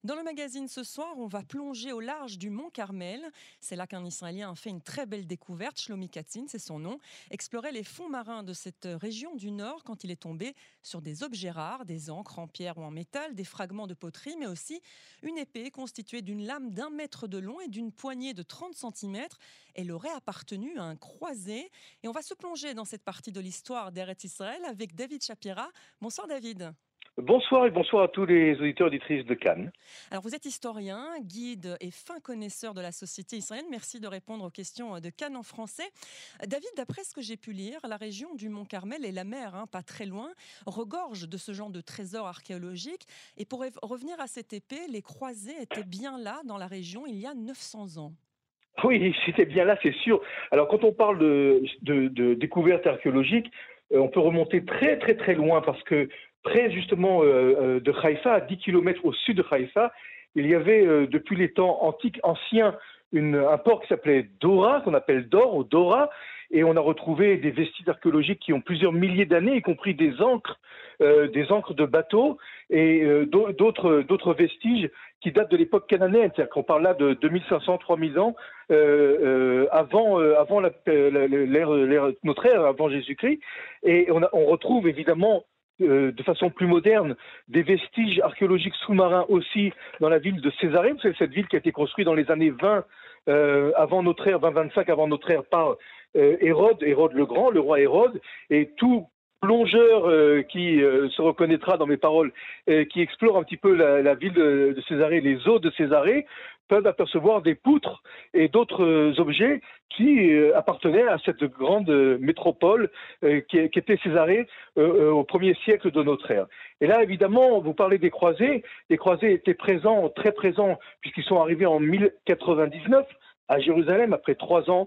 Dans le magazine ce soir, on va plonger au large du Mont Carmel. C'est là qu'un Israélien a fait une très belle découverte, Shlomi Katzin, c'est son nom. Explorer les fonds marins de cette région du Nord quand il est tombé sur des objets rares, des encres en pierre ou en métal, des fragments de poterie, mais aussi une épée constituée d'une lame d'1 mètre de long et d'une poignée de 30 centimètres. Elle aurait appartenu à un croisé. Et on va se plonger dans cette partie de l'histoire d'Eretz Israël avec David Shapira. Bonsoir David. Bonsoir et bonsoir à tous les auditeurs et auditrices de Cannes. Alors, vous êtes historien, guide et fin connaisseur de la société israélienne. Merci de répondre aux questions de Cannes en français. David, d'après ce que j'ai pu lire, la région du Mont Carmel et la mer, pas très loin, regorge de ce genre de trésors archéologiques. Et pour revenir à cette épée, les croisés étaient bien là dans la région il y a 900 ans. Oui, c'était bien là, c'est sûr. Alors, quand on parle de découvertes archéologiques, on peut remonter très, très, très loin parce que près justement de Haïfa, à 10 kilomètres au sud de Haïfa, il y avait depuis les temps antiques, anciens, un port qui s'appelait Dora, qu'on appelle Dor ou Dora, et on a retrouvé des vestiges archéologiques qui ont plusieurs milliers d'années, y compris des ancres de bateaux et d'autres vestiges qui datent de l'époque cananéenne, c'est-à-dire qu'on parle là de 2500, 3000 ans avant notre ère, avant Jésus-Christ, et on retrouve évidemment de façon plus moderne, des vestiges archéologiques sous-marins aussi dans la ville de Césarée. C'est cette ville qui a été construite dans les années 20 avant notre ère, 20-25 avant notre ère par Hérode le Grand, le roi Hérode, et tout plongeur qui se reconnaîtra dans mes paroles, qui explore un petit peu la ville de Césarée, les eaux de Césarée, peuvent apercevoir des poutres et d'autres objets qui appartenaient à cette grande métropole qui était Césarée au 1er siècle de notre ère. Et là, évidemment, vous parlez des croisés. Les croisés étaient présents, très présents, puisqu'ils sont arrivés en 1099 à Jérusalem après 3 ans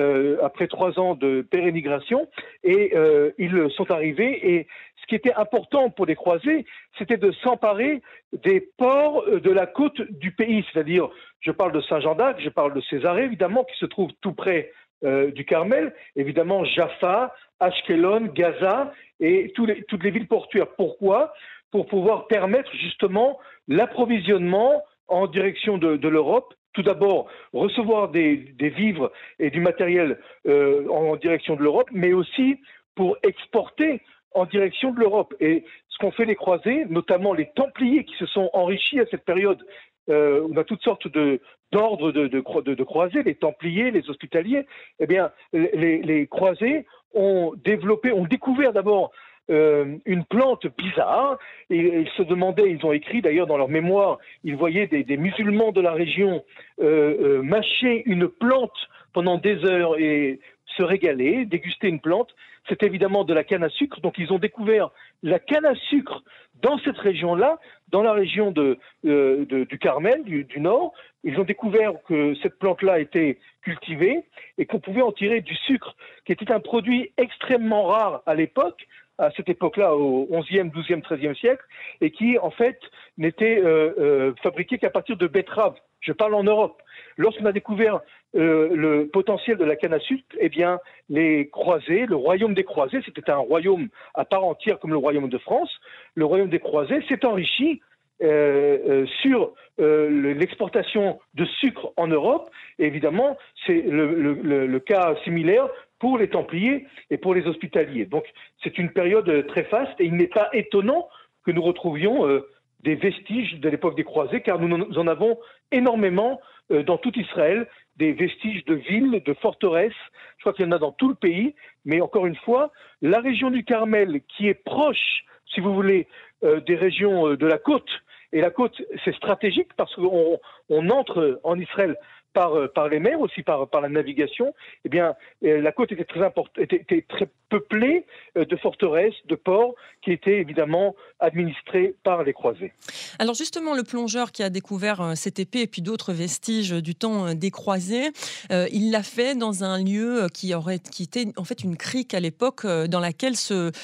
de pérégrination, et ils sont arrivés. Et ce qui était important pour les croisés, c'était de s'emparer des ports de la côte du pays, c'est-à-dire, je parle de Saint-Jean d'Acre, je parle de Césarée, évidemment, qui se trouve tout près du Carmel, évidemment Jaffa, Ashkelon, Gaza et toutes les villes portuaires. Pourquoi ? Pour pouvoir permettre justement l'approvisionnement en direction de l'Europe. Tout d'abord, recevoir des vivres et du matériel en direction de l'Europe, mais aussi pour exporter en direction de l'Europe. Et ce qu'ont fait les croisés, notamment les Templiers qui se sont enrichis à cette période, on a toutes sortes d'ordres de croisés, les Templiers, les Hospitaliers. Eh bien, les croisés ont découvert d'abord une plante bizarre, et ils se demandaient, ils ont écrit d'ailleurs dans leur mémoire, ils voyaient des musulmans de la région mâcher une plante pendant des heures et se régaler, déguster une plante. C'est évidemment de la canne à sucre, donc ils ont découvert la canne à sucre dans cette région-là, dans la région du Carmel, du Nord. Ils ont découvert que cette plante-là était cultivée et qu'on pouvait en tirer du sucre, qui était un produit extrêmement rare à l'époque, à cette époque-là, au XIe, XIIe, XIIIe siècle, et qui, en fait, n'était fabriqué qu'à partir de betteraves. Je parle en Europe. Lorsqu'on a découvert le potentiel de la canne à sucre, eh bien, les croisés, le royaume des croisés, c'était un royaume à part entière comme le royaume de France, le royaume des croisés s'est enrichi sur l'exportation de sucre en Europe. Et évidemment, c'est le cas similaire pour les Templiers et pour les Hospitaliers. Donc, c'est une période très faste, et il n'est pas étonnant que nous retrouvions des vestiges de l'époque des croisés, car nous en avons énormément dans tout Israël, des vestiges de villes, de forteresses. Je crois qu'il y en a dans tout le pays, mais encore une fois, la région du Carmel, qui est proche, si vous voulez, des régions de la côte, et la côte, c'est stratégique parce qu'on entre en Israël par les mers, aussi par la navigation. Eh bien, la côte était était très peuplée de forteresses, de ports, qui étaient évidemment administrés par les croisés. Alors justement, le plongeur qui a découvert cette épée et puis d'autres vestiges du temps des croisés, il l'a fait dans un lieu qui était en fait une crique à l'époque, dans laquelle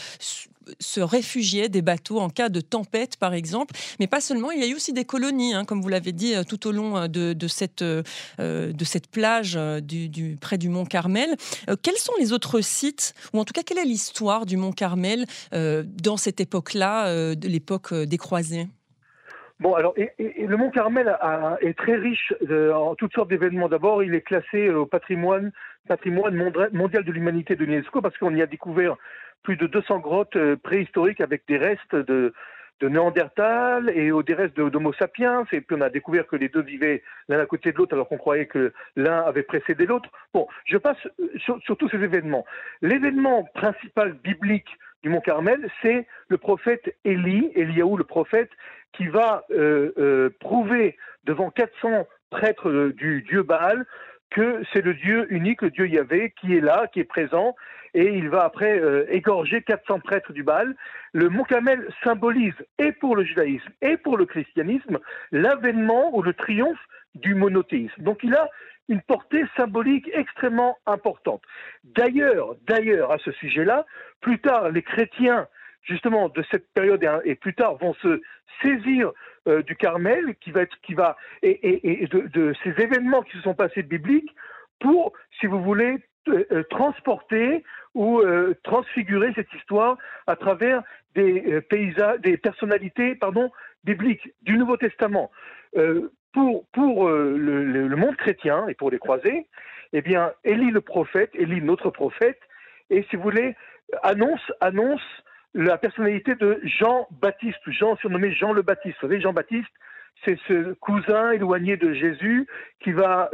se réfugiaient des bateaux en cas de tempête, par exemple. Mais pas seulement, il y a eu aussi des colonies, comme vous l'avez dit, tout au long de cette plage près du Mont Carmel. Quels sont les autres sites, ou en tout cas, quelle est l'histoire du Mont Carmel dans cette époque-là, de l'époque des croisés ? Bon, alors, et le Mont Carmel est très riche en toutes sortes d'événements. D'abord, il est classé au patrimoine mondial de l'humanité de l'UNESCO parce qu'on y a découvert plus de 200 grottes préhistoriques avec des restes de Néandertal et des restes d'Homo sapiens. Et puis on a découvert que les deux vivaient l'un à côté de l'autre alors qu'on croyait que l'un avait précédé l'autre. Bon, je passe sur tous ces événements. L'événement principal biblique du Mont Carmel, c'est le prophète Eliaou le prophète, qui va prouver devant 400 prêtres du dieu Baal que c'est le Dieu unique, le Dieu Yahvé, qui est là, qui est présent, et il va après égorger 400 prêtres du Baal. Le Mont Carmel symbolise, et pour le judaïsme et pour le christianisme, l'avènement ou le triomphe du monothéisme. Donc il a une portée symbolique extrêmement importante. D'ailleurs, à ce sujet-là, plus tard, les chrétiens, justement, de cette période et plus tard, vont se saisir du Carmel, et de ces événements qui se sont passés bibliques pour, si vous voulez, transporter ou transfigurer cette histoire à travers des personnalités, bibliques du Nouveau Testament. Pour le monde chrétien et pour les croisés, eh bien, Élie le prophète, Élie notre prophète, et si vous voulez, annonce la personnalité de Jean-Baptiste, Jean surnommé Jean le Baptiste. Vous savez, Jean-Baptiste, c'est ce cousin éloigné de Jésus qui va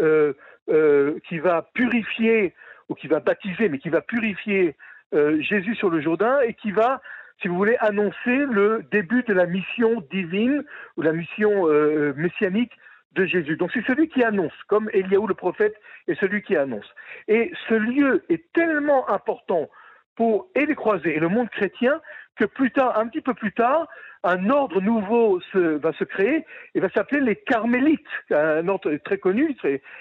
purifier, ou qui va baptiser, mais qui va purifier Jésus sur le Jourdain et qui va, si vous voulez, annoncer le début de la mission divine ou la mission messianique de Jésus. Donc c'est celui qui annonce, comme Eliaou le prophète est celui qui annonce. Et ce lieu est tellement important pour les croisés et le monde chrétien que plus tard, un petit peu plus tard, un ordre nouveau va se créer et va s'appeler les Carmélites, un ordre très connu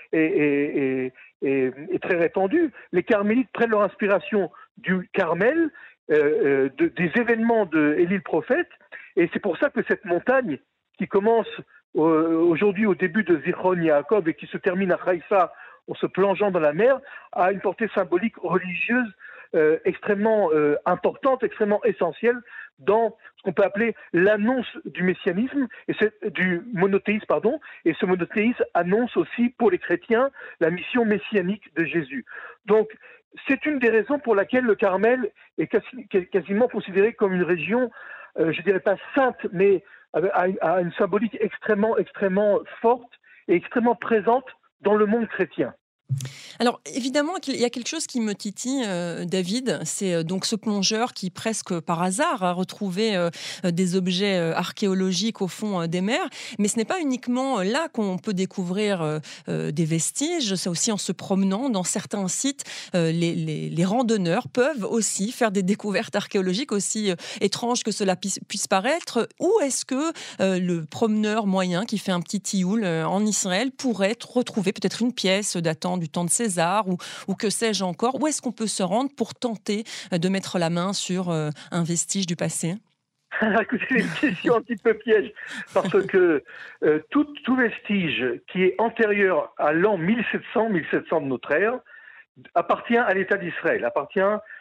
et très répandu. Les Carmélites prennent leur inspiration du Carmel, des événements de Élie le prophète, et c'est pour ça que cette montagne qui commence aujourd'hui au début de Zichron Yaakov et qui se termine à Haïfa en se plongeant dans la mer, a une portée symbolique religieuse extrêmement importante, extrêmement essentielle dans ce qu'on peut appeler l'annonce du messianisme, du monothéisme, et ce monothéisme annonce aussi pour les chrétiens la mission messianique de Jésus. Donc, c'est une des raisons pour laquelle le Carmel est quasiment considéré comme une région, je dirais pas sainte, mais a une symbolique extrêmement forte et extrêmement présente dans le monde chrétien. Alors évidemment qu'il y a quelque chose qui me titille, David, c'est donc ce plongeur qui presque par hasard a retrouvé des objets archéologiques au fond des mers, mais ce n'est pas uniquement là qu'on peut découvrir des vestiges, c'est aussi en se promenant dans certains sites, les randonneurs peuvent aussi faire des découvertes archéologiques aussi étranges que cela puisse paraître. Où est-ce que le promeneur moyen qui fait un petit tioul en Israël pourrait retrouver peut-être une pièce datant du temps de César ou que sais-je encore? Où est-ce qu'on peut se rendre pour tenter de mettre la main sur un vestige du passé? Écoutez, c'est une question un petit peu piège, parce que tout vestige qui est antérieur à l'an 1700 de notre ère appartient à l'État d'Israël, appartient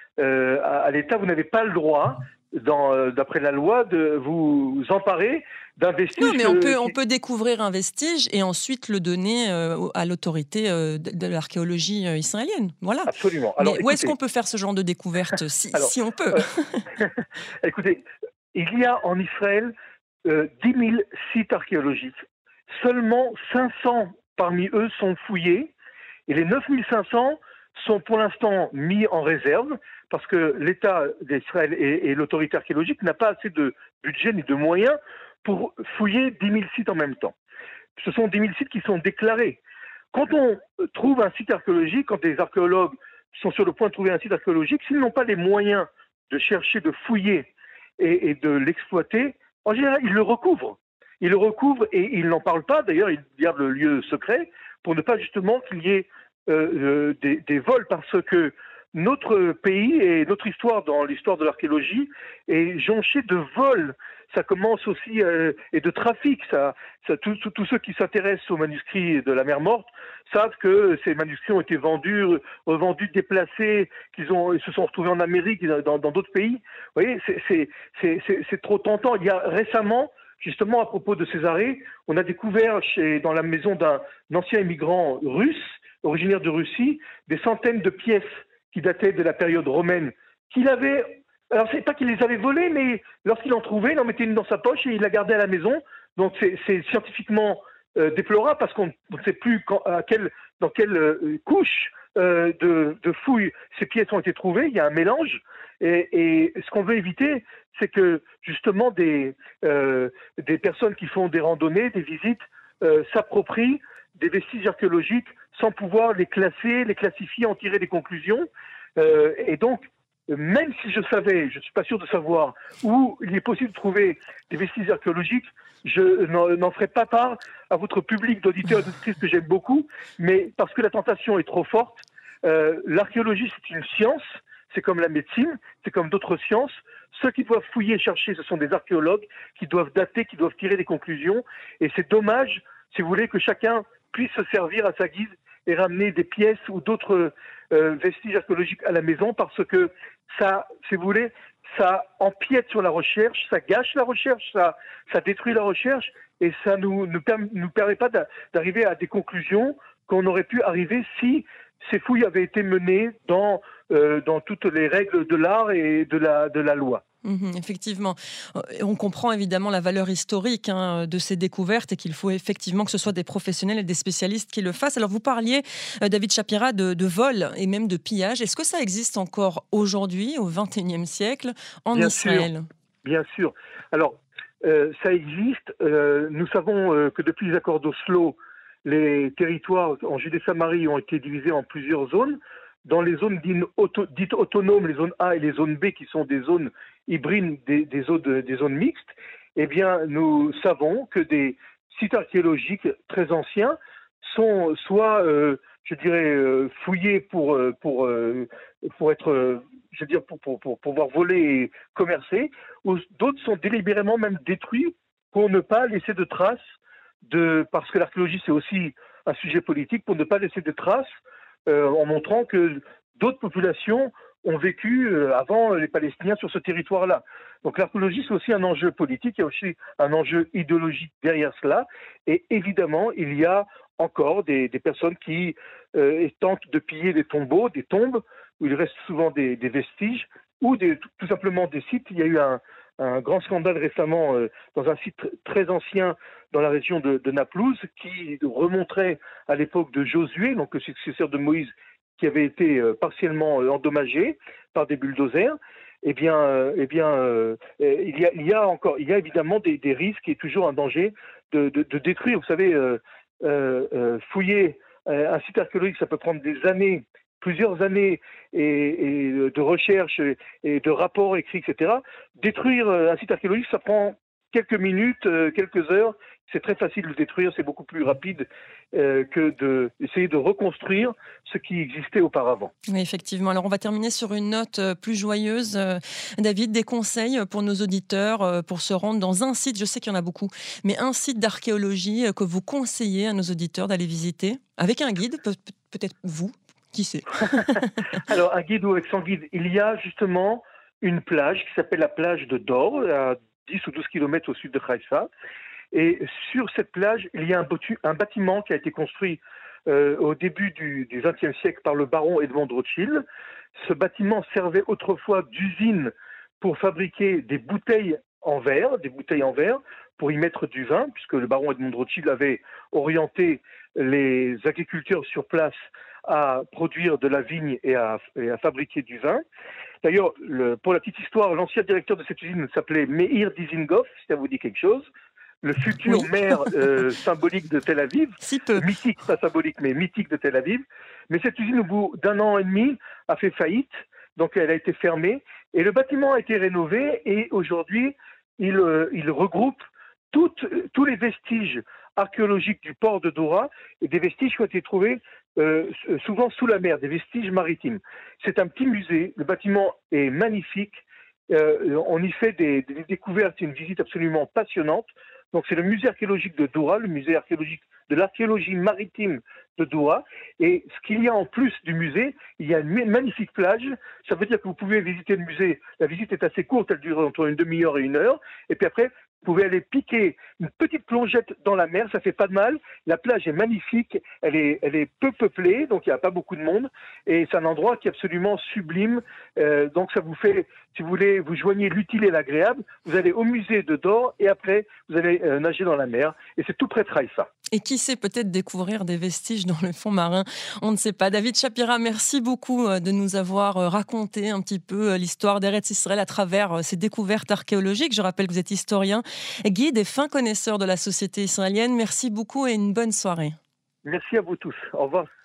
à l'État. Vous n'avez pas le droit, d'après la loi, de vous emparer d'un vestige. Non, mais on peut découvrir un vestige et ensuite le donner à l'autorité de l'archéologie israélienne. Voilà. Absolument. Alors, mais où est-ce qu'on peut faire ce genre de découverte si on peut Écoutez, il y a en Israël 10 000 sites archéologiques. Seulement 500 parmi eux sont fouillés et les 9 500 sont pour l'instant mis en réserve parce que l'État d'Israël et l'autorité archéologique n'a pas assez de budget ni de moyens pour fouiller 10 000 sites en même temps. Ce sont 10 000 sites qui sont déclarés. Quand on trouve un site archéologique, quand des archéologues sont sur le point de trouver un site archéologique, s'ils n'ont pas les moyens de chercher, de fouiller et de l'exploiter, en général, ils le recouvrent. Ils le recouvrent et ils n'en parlent pas. D'ailleurs, ils gardent le lieu secret pour ne pas justement qu'il y ait des vols, parce que notre pays et notre histoire dans l'histoire de l'archéologie est jonchée de vols. Ça commence aussi et de trafic. Tous ceux qui s'intéressent aux manuscrits de la mer Morte savent que ces manuscrits ont été vendus, revendus, déplacés, ils se sont retrouvés en Amérique, dans d'autres pays. Vous voyez, c'est trop tentant. Il y a récemment, justement à propos de Césarée, on a découvert dans la maison d'un ancien immigrant russe, originaire de Russie, des centaines de pièces qui dataient de la période romaine, qu'il avait, alors c'est pas qu'il les avait volées, mais lorsqu'il en trouvait, il en mettait une dans sa poche et il la gardait à la maison. Donc c'est scientifiquement déplorable parce qu'on ne sait plus dans quelle couche de fouilles ces pièces ont été trouvées. Il y a un mélange. Et ce qu'on veut éviter, c'est que justement des personnes qui font des randonnées, des visites, s'approprient des vestiges archéologiques sans pouvoir les classer, les classifier, en tirer des conclusions. Et donc, même si je savais, je ne suis pas sûr de savoir où il est possible de trouver des vestiges archéologiques, je n'en ferai pas part à votre public d'auditeurs et d'auditrices que j'aime beaucoup, mais parce que la tentation est trop forte. L'archéologie, c'est une science, c'est comme la médecine, c'est comme d'autres sciences. Ceux qui doivent fouiller et chercher, ce sont des archéologues qui doivent dater, qui doivent tirer des conclusions. Et c'est dommage, si vous voulez, que chacun puisse se servir à sa guise et ramener des pièces ou d'autres vestiges archéologiques à la maison, parce que ça, si vous voulez, ça empiète sur la recherche, ça gâche la recherche, ça détruit la recherche, et ça nous permet pas d'arriver à des conclusions qu'on aurait pu arriver si ces fouilles avaient été menées dans toutes les règles de l'art et de la loi. Effectivement. On comprend évidemment la valeur historique de ces découvertes et qu'il faut effectivement que ce soit des professionnels et des spécialistes qui le fassent. Alors vous parliez, David Shapira, de vol et même de pillage. Est-ce que ça existe encore aujourd'hui, au XXIe siècle, en Israël ? Bien sûr. Alors, ça existe. Nous savons que depuis les accords d'Oslo, les territoires en Judée-Samarie ont été divisés en plusieurs zones. Dans les zones dites autonomes, les zones A et les zones B, qui sont des zones hybrides, des zones mixtes, eh bien, nous savons que des sites archéologiques très anciens sont soit, je dirais, fouillés pour être, je veux dire, pour pouvoir voler et commercer, ou d'autres sont délibérément même détruits pour ne pas laisser de traces parce que l'archéologie, c'est aussi un sujet politique, pour ne pas laisser de traces en montrant que d'autres populations ont vécu avant les Palestiniens sur ce territoire-là. Donc l'archéologie, c'est aussi un enjeu politique, il y a aussi un enjeu idéologique derrière cela. Et évidemment, il y a encore des personnes qui tentent de piller des tombeaux, des tombes, où il reste souvent des vestiges, ou tout simplement des sites. Il y a eu un grand scandale récemment dans un site très ancien dans la région de Naplouse, qui remonterait à l'époque de Josué, donc le successeur de Moïse, qui avait été partiellement endommagé par des bulldozers. Il y a évidemment des risques et toujours un danger de détruire. Vous savez, fouiller un site archéologique, ça peut prendre des années, plusieurs années et de recherche et de rapports écrits, etc. Détruire un site archéologique, ça prend quelques minutes, quelques heures. C'est très facile de le détruire, c'est beaucoup plus rapide que d'essayer de reconstruire ce qui existait auparavant. Oui, effectivement. Alors, on va terminer sur une note plus joyeuse. David, des conseils pour nos auditeurs pour se rendre dans un site, je sais qu'il y en a beaucoup, mais un site d'archéologie que vous conseillez à nos auditeurs d'aller visiter, avec un guide, peut-être vous, qui sait. Alors, un guide ou avec son guide, il y a justement une plage qui s'appelle la plage de Dor, à 10 ou 12 km au sud de Haïfa. Et sur cette plage, il y a un bâtiment qui a été construit au début du XXe siècle par le baron Edmond Rothschild. Ce bâtiment servait autrefois d'usine pour fabriquer des bouteilles en verre, pour y mettre du vin, puisque le baron Edmond Rothschild avait orienté les agriculteurs sur place à produire de la vigne et à fabriquer du vin. D'ailleurs, pour la petite histoire, l'ancien directeur de cette usine s'appelait Meir Dizengoff, si ça vous dit quelque chose. Le futur maire symbolique de Tel Aviv, si peu. Mythique, pas symbolique, mais mythique de Tel Aviv. Mais cette usine, au bout d'un an et demi, a fait faillite, donc elle a été fermée. Et le bâtiment a été rénové et aujourd'hui, il regroupe tous les vestiges archéologiques du port de Dora et des vestiges qui ont été trouvés souvent sous la mer, des vestiges maritimes. C'est un petit musée, le bâtiment est magnifique, on y fait des découvertes, une visite absolument passionnante. Donc c'est le musée archéologique de Doura, le musée archéologique de l'archéologie maritime de Doura. Et ce qu'il y a en plus du musée, il y a une magnifique plage. Ça veut dire que vous pouvez visiter le musée. La visite est assez courte, elle dure entre une demi-heure et 1 heure. Et puis après, Vous pouvez aller piquer une petite plongette dans la mer, ça fait pas de mal. La plage est magnifique, elle est peu peuplée, donc il n'y a pas beaucoup de monde. Et c'est un endroit qui est absolument sublime. Donc ça vous fait, si vous voulez, vous joignez l'utile et l'agréable. Vous allez au musée de Dore et après, vous allez nager dans la mer. Et c'est tout près de Haïfa. Et qui sait, peut-être découvrir des vestiges dans le fond marin. On ne sait pas. David Shapira, merci beaucoup de nous avoir raconté un petit peu l'histoire d'Eretz Israël à travers ces découvertes archéologiques. Je rappelle que vous êtes historien, guide et fin connaisseur de la société israélienne. Merci beaucoup et une bonne soirée. Merci à vous tous. Au revoir.